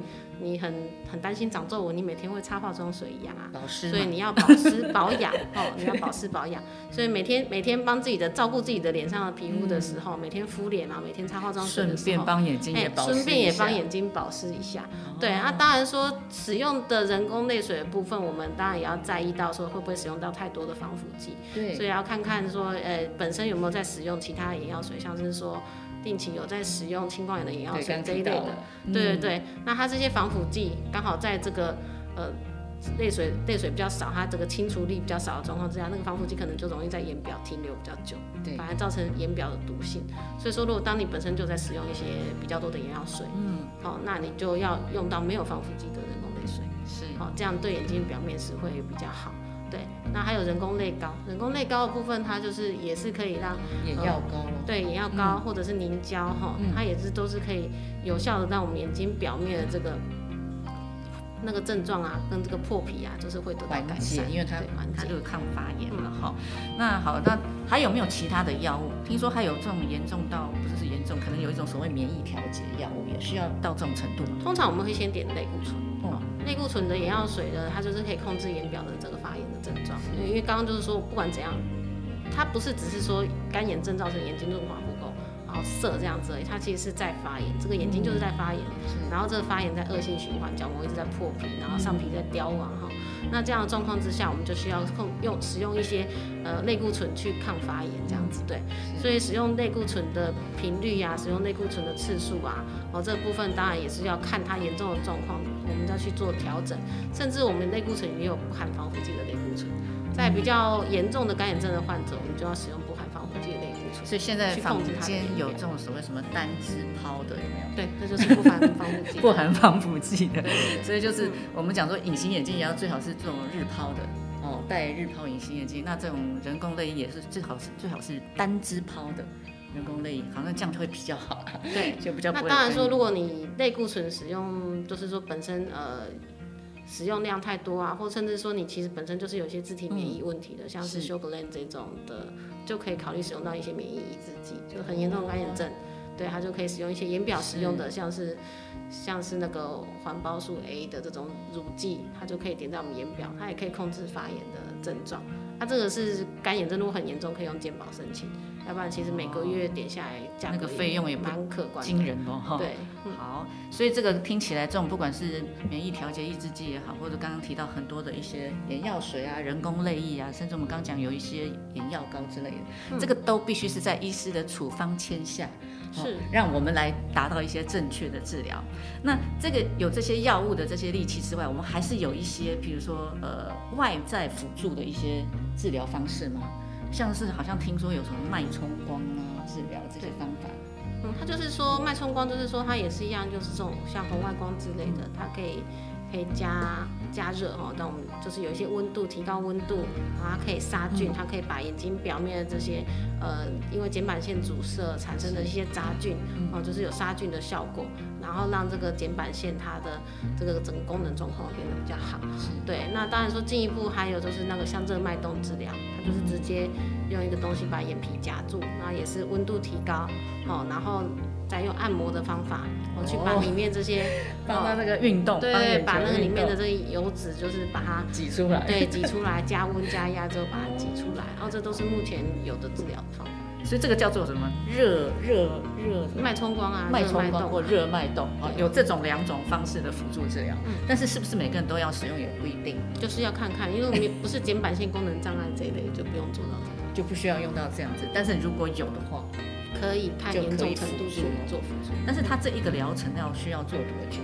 Speaker 2: 你很很担心长皱纹，你每天会擦化妆水一样啊，
Speaker 1: 保湿，
Speaker 2: 所以你要保湿保养哦，你要保湿保养，所以每天每天帮自己的照顾自己的脸上的皮肤的时候，嗯、每天敷脸啊，每天擦化妆水的时候，
Speaker 1: 顺便帮眼睛也保湿一下，
Speaker 2: 顺便也帮眼睛保湿一下。哦、对，那、啊、当然说使用的人工泪水的部分，我们当然也要在意到说会不会使用到太多的防腐剂，
Speaker 1: 对，
Speaker 2: 所以要看看说，呃，本身有没有在使用其他眼药水，像是说。定期有在使用青光眼的眼药水这一类的，对对对、嗯，那它这些防腐剂刚好在这个呃泪水泪水比较少，它这个清除力比较少的状况之下，那个防腐剂可能就容易在眼表停留比较久，对，反而造成眼表的毒性。所以说，如果当你本身就在使用一些比较多的眼药水，嗯，好、哦，那你就要用到没有防腐剂的人工泪水，是，好、哦，这样对眼睛表面是会比较好。对，那还有人工泪膏，人工泪膏的部分，它就是也是可以让
Speaker 1: 眼药膏、呃、
Speaker 2: 对，眼药膏、嗯、或者是凝胶哈、嗯，它也是都是可以有效的让我们眼睛表面的这个那个症状啊，跟这个破皮啊，就是会得到改善，
Speaker 1: 因为它它就是抗发炎了哈、嗯。那好，那还有没有其他的药物？听说还有这种严重到不是是严重，可能有一种所谓免疫调节药物，也需要到这种程度吗？
Speaker 2: 通常我们会先点类固醇。哦，类固醇的眼药水呢，它就是可以控制眼表的这个发炎的症状。因为刚刚就是说，不管怎样，它不是只是说干眼症造成眼睛润滑不够，然后涩这样子而已，它其实是在发炎，这个眼睛就是在发炎，嗯、然后这个发炎在恶性循环，角膜一直在破皮，然后上皮在凋亡哈。那这样的状况之下，我们就需要控用使用一些呃类固醇去抗发炎这样子，对。所以使用类固醇的频率啊，使用类固醇的次数啊，哦这个部分当然也是要看它严重的状况，我们再去做调整。甚至我们类固醇也有不含防腐剂的类固醇，在比较严重的干眼症的患者，我们就要使用不含防腐剂的类固醇。
Speaker 1: 所以现在坊间有这种所谓什么单支抛的有没有？
Speaker 2: 对，这就是不含防腐剂，
Speaker 1: 不含防腐剂的。所以就是我们讲说隐形眼镜也要最好是这种日抛的哦，戴日抛隐形眼镜。那这种人工泪也是最好是最好是单支抛的人工泪，好像这样会比较好。
Speaker 2: 对，
Speaker 1: 就比较不会。
Speaker 2: 那当然说，如果你类固醇使用，就是说本身呃。使用量太多啊，或甚至说你其实本身就是有一些自体免疫问题的，嗯、像是 Sjogren 这种的，就可以考虑使用到一些免疫抑制剂，就很严重的干眼症，对，它就可以使用一些眼表使用的，像是像是那个环孢素 A 的这种乳剂，它就可以点在我们眼表，它也可以控制发炎的症状。它这个是干眼症，如果很严重，可以用健保申请，要不然其实每个月点下来价格
Speaker 1: 那个费用也
Speaker 2: 蛮可观的，
Speaker 1: 惊人哦哈。
Speaker 2: 对，
Speaker 1: 嗯，好，所以这个听起来，这种不管是免疫调节抑制剂也好，或者刚刚提到很多的一些眼药水啊、人工泪液啊，甚至我们刚刚讲有一些眼药膏之类的，嗯、这个都必须是在医师的处方签下，
Speaker 2: 是、哦、
Speaker 1: 让我们来达到一些正确的治疗。那这个有这些药物的这些利器之外，我们还是有一些，比如说呃外在辅助的一些治疗方式吗？像是好像听说有什么脉冲光啊治疗这些方法。
Speaker 2: 嗯，它就是说脉冲光，就是说它也是一样，就是这种像红外光之类的，它可以可以加加热哈，让我们就是有一些温度，提高温度，然后它可以杀菌，它可以把眼睛表面的这些呃，因为睑板腺阻塞产生的一些杂菌，哦，就是有杀菌的效果，然后让这个睑板腺它的这个整个功能状况变得比较好。对，那当然说进一步还有就是那个像热脉动治疗，它就是直接用一个东西把眼皮夹住，然后也是温度提高，哦，然后再用按摩的方法，我、哦、去把里面这些
Speaker 1: 帮它那个运动，
Speaker 2: 对对，把那个里面的这个油脂就是把它
Speaker 1: 挤出来，
Speaker 2: 对，挤出来，加温加压之后把它挤出来，然后这都是目前有的治疗方法。
Speaker 1: 所以这个叫做什么？热热热
Speaker 2: 脉冲光啊，
Speaker 1: 脉冲光或热脉动啊，有这种两种方式的辅助治疗。嗯，但是是不是每个人都要使用也不一定，
Speaker 2: 就是要看看，因为我们不是睑板腺功能障碍这一类就不用做到这个，
Speaker 1: 就不需要用到这样子。但是如果有的话，
Speaker 2: 可以看严重程度去做辅助。
Speaker 1: 但是它这一个疗程要需要做多久？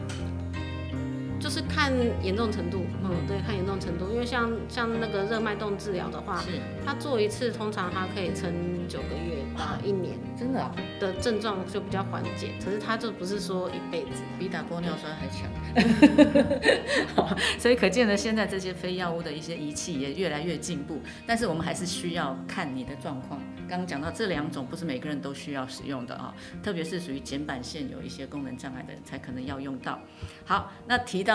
Speaker 2: 就是看严重程度，嗯，对，看严重程度，因为像像那个热脉动治疗的话，是它做一次，通常它可以撑九个月到一年，
Speaker 1: 真的、啊、
Speaker 2: 的症状就比较缓解。可是它就不是说一辈子，
Speaker 1: 比打玻尿酸还强。所以可见的，现在这些非药物的一些仪器也越来越进步，但是我们还是需要看你的状况。刚刚讲到这两种不是每个人都需要使用的啊，特别是属于睑板腺有一些功能障碍的人才可能要用到。好，那提到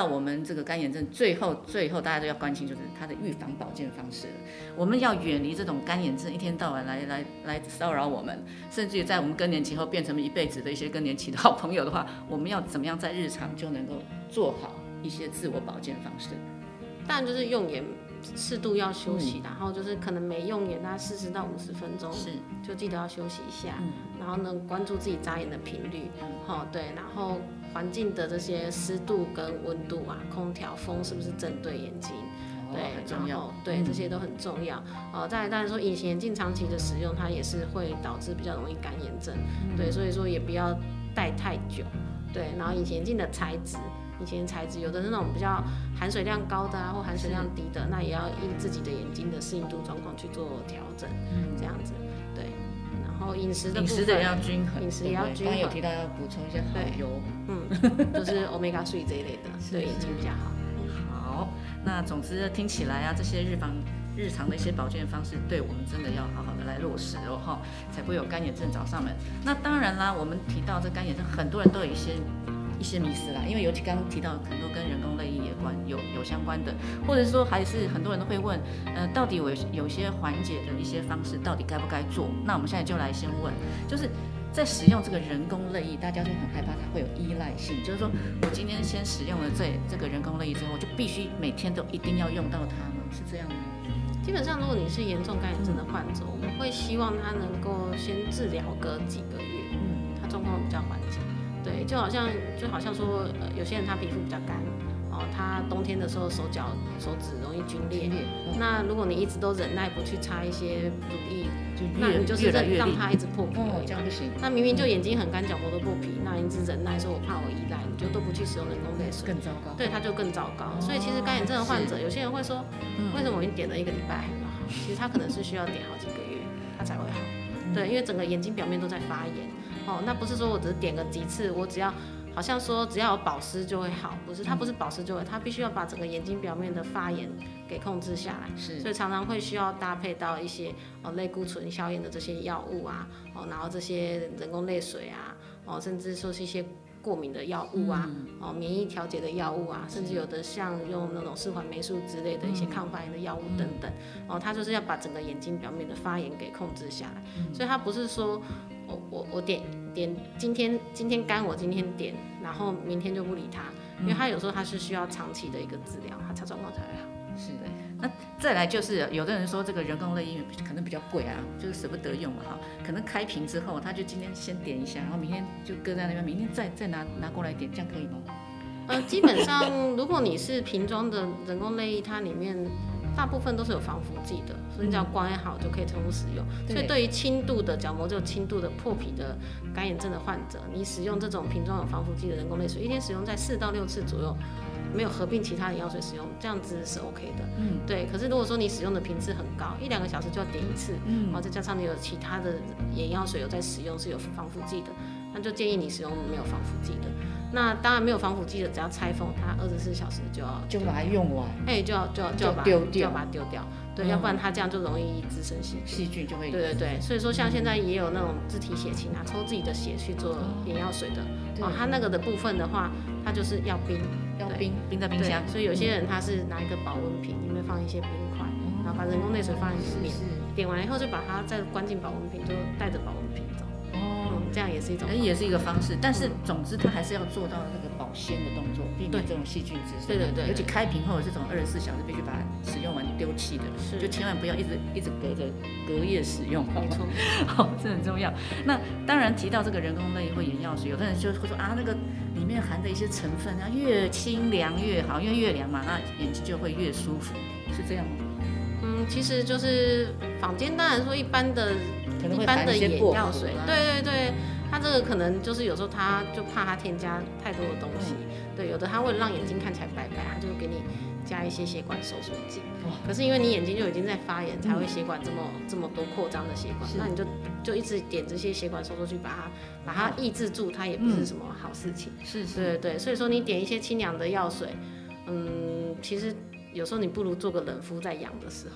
Speaker 1: 到我们这个干眼症，最后最后大家都要关心就是它的预防保健方式了。我们要远离这种干眼症一天到晚来来来骚扰我们，甚至于在我们更年期后变成一辈子的一些更年期的好朋友的话，我们要怎么样在日常就能够做好一些自我保健方式？
Speaker 2: 当然就是用眼适度要休息，嗯、然后就是可能每用眼大概四十到五十分钟，是就记得要休息一下，嗯、然后呢关注自己眨眼的频率，好、嗯、对，然后环境的这些湿度跟温度啊，空调风是不是正对眼睛？对，
Speaker 1: 很重要。
Speaker 2: 对，嗯、这些都很重要。哦，再来当然说隐形眼镜长期的使用，它也是会导致比较容易干眼症。嗯、对，所以说也不要戴太久。对，然后隐形眼镜的材质。以前材质有的是那种比较含水量高的啊，或含水量低的，那也要依自己的眼睛的适应度状况去做调整，嗯、这样子，对。然后饮食的部分，
Speaker 1: 饮食的也要均衡，
Speaker 2: 饮食也要均衡。
Speaker 1: 刚刚有提到要补充一些好油，
Speaker 2: 嗯，就是 omega 三这一类的，对眼睛比较好。
Speaker 1: 好，那总之听起来啊，这些日防日常的一些保健方式，对我们真的要好好的来落实哦，哈，才不会有干眼症找上门。那当然啦，我们提到这干眼症，很多人都有一些。一些迷思啦，因为尤其刚刚提到很多跟人工泪液也关有有相关的，或者是说还是很多人都会问，呃，到底有有些缓解的一些方式，到底该不该做？那我们现在就来先问，就是在使用这个人工泪液，大家就很害怕它会有依赖性，就是说我今天先使用了这这个人工泪液之后，就必须每天都一定要用到它吗？是这样吗？
Speaker 2: 基本上，如果你是严重干眼症的患者，我们会希望他能够先治疗个几个月，嗯，他状况比较缓解。对，就好像就好像说，呃，有些人他皮肤比较干，哦，他冬天的时候手脚手指容易皲裂，嗯、那如果你一直都忍耐不去擦一些乳液，那你就是让它一直破皮而已，
Speaker 1: 哦，这样不行。
Speaker 2: 那明明就眼睛很干，角膜都破皮，那你一直忍耐说我怕我依赖，你就都不去使用人工泪水，
Speaker 1: 更糟糕。
Speaker 2: 对，它就更糟糕。哦、所以其实干眼症的患者，有些人会说，嗯、为什么我已经点了一个礼拜还没有好？其实他可能是需要点好几个月，他才会好。嗯、对，因为整个眼睛表面都在发炎。哦，那不是说我只是点个几次，我只要好像说只要有保湿就会好，不是，它不是保湿就会，它必须要把整个眼睛表面的发炎给控制下来，是，所以常常会需要搭配到一些哦类固醇消炎的这些药物啊，哦，然后这些人工泪水啊，哦，甚至说是一些过敏的药物啊，嗯、哦，免疫调节的药物啊，甚至有的像用那种四环霉素之类的一些抗发炎的药物等等，嗯、哦，它就是要把整个眼睛表面的发炎给控制下来，嗯、所以它不是说。我我我点点今天今天干我今天点，然后明天就不理他，因为他有时候他是需要长期的一个治疗，他才状况才会好。
Speaker 1: 是的，那再来就是有的人说这个人工泪液可能比较贵啊，就是舍不得用嘛哈，可能开瓶之后他就今天先点一下，然后明天就搁在那边，明天再再拿拿过来点，这样可以吗？
Speaker 2: 呃，基本上如果你是瓶装的人工泪液，它里面。大部分都是有防腐剂的，所以只要关好就可以重复使用。嗯、所以对于轻度的角膜就轻度的破皮的干眼症的患者，你使用这种瓶装有防腐剂的人工泪水，一天使用在四到六次左右，没有合并其他眼药水使用，这样子是 OK 的。嗯，对。可是如果说你使用的频次很高，一两个小时就要点一次，嗯，然后再加上你有其他的眼药水有在使用是有防腐剂的，那就建议你使用没有防腐剂的。那当然没有防腐剂的，只要拆封，它二十四小时就要
Speaker 1: 就把它用完，
Speaker 2: 哎、欸，就要就要就要把
Speaker 1: 丢掉，
Speaker 2: 就要把它丢掉，对，嗯、要不然它这样就容易滋生细菌，
Speaker 1: 细菌就会。
Speaker 2: 对对对，所以说像现在也有那种自体血清啊，抽自己的血去做眼药水的，哦，它那个的部分的话，它就是要冰，
Speaker 1: 要冰冰在冰箱，
Speaker 2: 所以有些人他是拿一个保温瓶，里面放一些冰块，嗯、然后把人工泪水放在里面，点完以后就把它再关进保温瓶，就带着保温瓶走。哦、嗯，这样也是一种，
Speaker 1: 也是一个方式，但是总之它还是要做到那个保鲜的动作，避免这种细菌滋生。
Speaker 2: 对对对，
Speaker 1: 尤其开瓶后的这种二十四小时必须把它使用完丢弃的，就千万不要一直一直隔着隔夜使用。
Speaker 2: 没错，
Speaker 1: 好，这很重要。那当然提到这个人工泪或眼药水，有的人就会说啊，那个里面含的一些成分啊，越清凉越好，因为越凉嘛，那眼睛就会越舒服，是这样吗？
Speaker 2: 嗯，其实就是坊间当然说一般的。一般的眼药水，对对对，它这个可能就是有时候它就怕它添加太多的东西，嗯、对，有的它为了让眼睛看起来白白，它就给你加一些血管收缩剂。可是因为你眼睛就已经在发炎，才会血管这么、嗯、这么多扩张的血管，那你就就一直点这些血管收缩剂，把它把它抑制住，它也不是什么好事情。嗯、是是，对对，所以说你点一些清凉的药水，嗯，其实有时候你不如做个冷敷在痒的时候。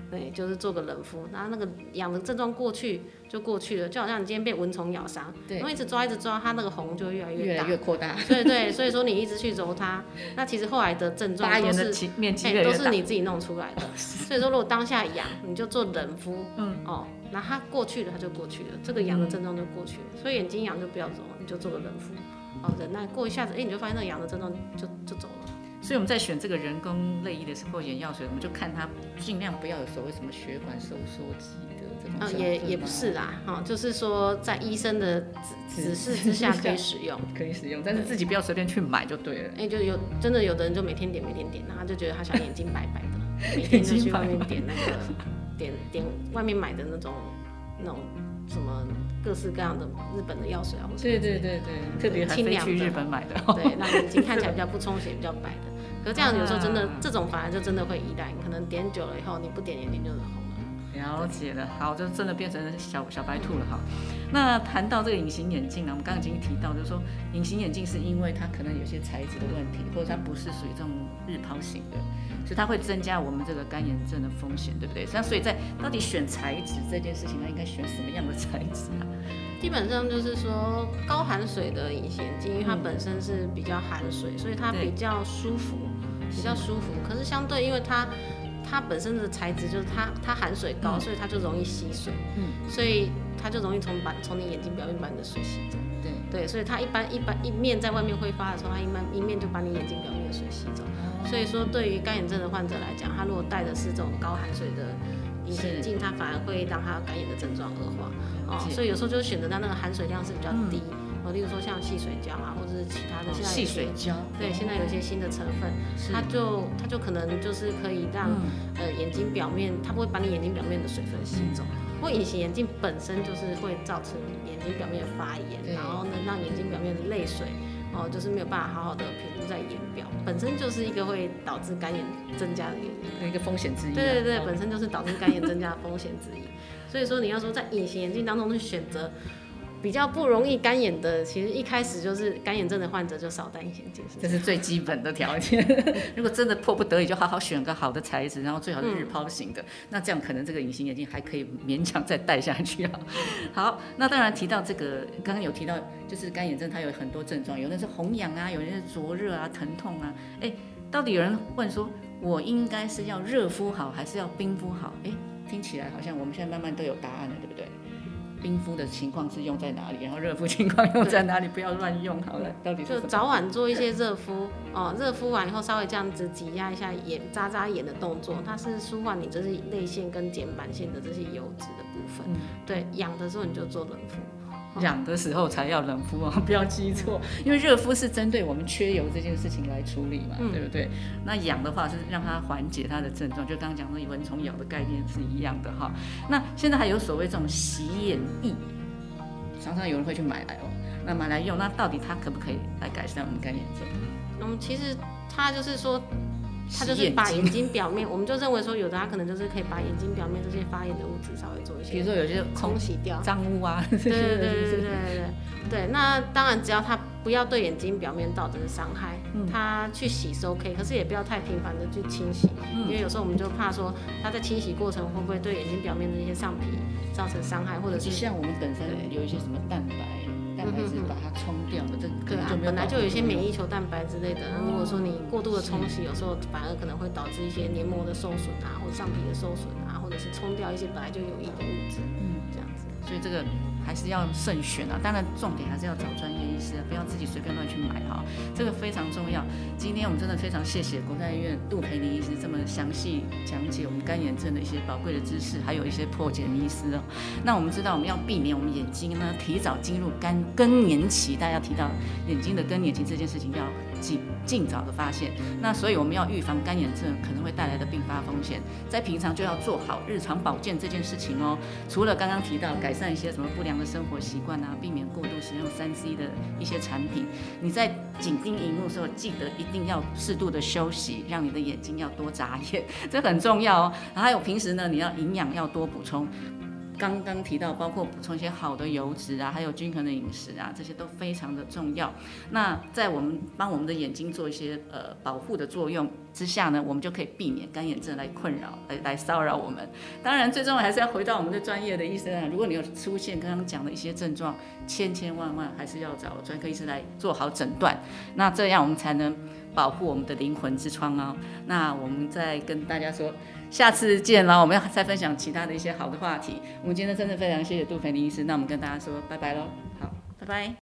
Speaker 2: 对，就是做个冷敷，然后那个痒的症状过去就过去了，就好像你今天被蚊虫咬伤，然后一直抓一直抓，它那个红就会越来越大，
Speaker 1: 越来越扩大。
Speaker 2: 对对，所以说你一直去揉它，那其实后来的症状都是
Speaker 1: 面积越来越大，
Speaker 2: 都是你自己弄出来的。所以说如果当下痒，你就做冷敷，嗯哦，那它过去了，它就过去了，这个痒的症状就过去了。所以眼睛痒就不要揉，你就做个冷敷，哦，忍耐过一下子，哎，你就发现那个痒的症状就就走了。
Speaker 1: 所以我们在选这个人工泪液的时候，眼药水，我们就看它尽量不要有所谓什么血管收缩肌的这种。
Speaker 2: 呃，也也不是啦，哈、哦，就是说在医生的指指示之下可以使用，
Speaker 1: 可以使用，但是自己不要随便去买就对了。
Speaker 2: 哎、欸，就有真的有的人就每天点每天点，然后他就觉得他想眼睛白白的，每天就去外面点那个点点外面买的那种那种什么各式各样的日本的药水啊，或者
Speaker 1: 对对对对，特别还飞去日本买的，
Speaker 2: 对，让眼睛看起来比较不充血，比较白的。可是这样有时候真的、啊、这种反而就真的会依赖，可能点久了以后你不点眼睛就是红了。
Speaker 1: 了解了，好，就真的变成小小白兔了哈。那谈到这个隐形眼镜呢，我们刚刚已经提到，就是说隐形眼镜是因为它可能有些材质的问题，或者它不是属于这种日抛型的，所以它会增加我们这个干眼症的风险，对不对？那所以在到底选材质这件事情，它应该选什么样的材质啊？
Speaker 2: 基本上就是说高含水的隐形眼镜，因为它本身是比较含水，所以它比较舒服，比较舒服。可是相对，因为它它本身的材质就是它它含水高，嗯、所以它就容易吸水，嗯，所以它就容易从把从你眼睛表面把你的水吸走。对对，所以它一般一般一面在外面挥发的时候，它一面一面就把你眼睛表面的水吸走。哦、所以说，对于干眼症的患者来讲，他如果戴的是这种高含水的隐形眼镜，它反而会让他干眼的症状恶化。哦，所以有时候就选择它那个含水量是比较低。嗯哦，例如说像细水胶啊，或者是其他的，现在
Speaker 1: 细水胶，
Speaker 2: 对，现在有一些新的成分，它就它就可能就是可以让、嗯、呃眼睛表面，它不会把你眼睛表面的水分吸走。不过隐形眼镜本身就是会造成眼睛表面的发炎，然后呢让眼睛表面的泪水哦就是没有办法好好的平复在眼表，本身就是一个会导致干眼增加的原因，
Speaker 1: 一个风险之一、啊。
Speaker 2: 对对对，本身就是导致干眼增加的风险之一。所以说你要说在隐形眼镜当中去选择。比较不容易干眼的，其实一开始就是干眼症的患者就少戴隐形眼镜，
Speaker 1: 这是最基本的条件。如果真的迫不得已，就好好选个好的材质，然后最好是日抛型的，嗯、那这样可能这个隐形眼镜还可以勉强再戴下去啊。好，那当然提到这个，刚刚有提到就是干眼症，它有很多症状，有的是红痒啊，有的是灼热啊、疼痛啊。哎，到底有人问说，我应该是要热敷好还是要冰敷好？哎，听起来好像我们现在慢慢都有答案了，对不对？冰敷的情况是用在哪里，然后热敷情况用在哪里，不要乱用好了。到底是
Speaker 2: 就早晚做一些热敷哦，热敷完以后稍微这样子挤压一下眼、眨眨眼的动作，它是舒缓你就是泪腺跟睑板腺的这些油脂的部分。嗯、对，痒的时候你就做冷敷。
Speaker 1: 痒的时候才要冷敷哦，不要记错，因为热敷是针对我们缺油这件事情来处理嘛，嗯、对不对？那痒的话是让它缓解它的症状，就刚刚讲的蚊虫咬的概念是一样的哈。那现在还有所谓这种洗眼液，常常有人会去买来哦，那买来用，那到底它可不可以来改善我们干眼症？
Speaker 2: 嗯，其实它就是说。它就是把眼睛表面，我们就认为说有的它可能就是可以把眼睛表面这些发炎的物质稍微做一些，
Speaker 1: 比如说有些
Speaker 2: 冲洗掉
Speaker 1: 脏污啊，
Speaker 2: 对对对对对对对对。那当然只要它不要对眼睛表面造成伤害，嗯、它去洗是 OK， 可是也不要太频繁的去清洗，嗯、因为有时候我们就怕说它在清洗过程会不会对眼睛表面的一些上皮造成伤害，或者是
Speaker 1: 像我们本身有一些什么蛋白。蛋白质把它冲掉了，这可能就没有。
Speaker 2: 本来就有一些免疫球蛋白之类的，如果说你过度的冲洗，有时候反而可能会导致一些黏膜的受损啊，或者上皮的受损啊，或者是冲掉一些本来就有益的物质，嗯，这样子。
Speaker 1: 所以这个还是要慎选啊，当然重点还是要找专业医师，不要自己随便乱去买哈，这个非常重要。今天我们真的非常谢谢国泰医院杜培妮医师这么详细讲解我们干眼症的一些宝贵的知识，还有一些破解迷思哦。那我们知道我们要避免我们眼睛呢提早进入干更年期，大家要提到眼睛的更年期这件事情要尽尽早的发现。那所以我们要预防干眼症可能会带来的并发风险，在平常就要做好日常保健这件事情哦。除了刚刚提到改善一些什么不良的生活习惯啊，避免过度使用三 C 的一些产品，你在紧盯荧幕的时候记得一定要适度的休息，让你的眼睛要多眨眼，这很重要哦。还有平时呢，你要营养要多补充。 刚刚提到，包括补充一些好的油脂啊，还有均衡的饮食啊，这些都非常的重要。那在我们帮我们的眼睛做一些呃保护的作用之下呢，我们就可以避免干眼症来困扰、来来骚扰我们。当然，最重要还是要回到我们的专业的医生啊。如果你有出现刚刚讲的一些症状，千千万万还是要找专科医师来做好诊断。那这样我们才能保护我们的灵魂之窗哦。那我们再跟大家说，下次见了，我们要再分享其他的一些好的话题。我们今天真的非常谢谢杜培林医师，那我们跟大家说拜拜喽。好，拜拜。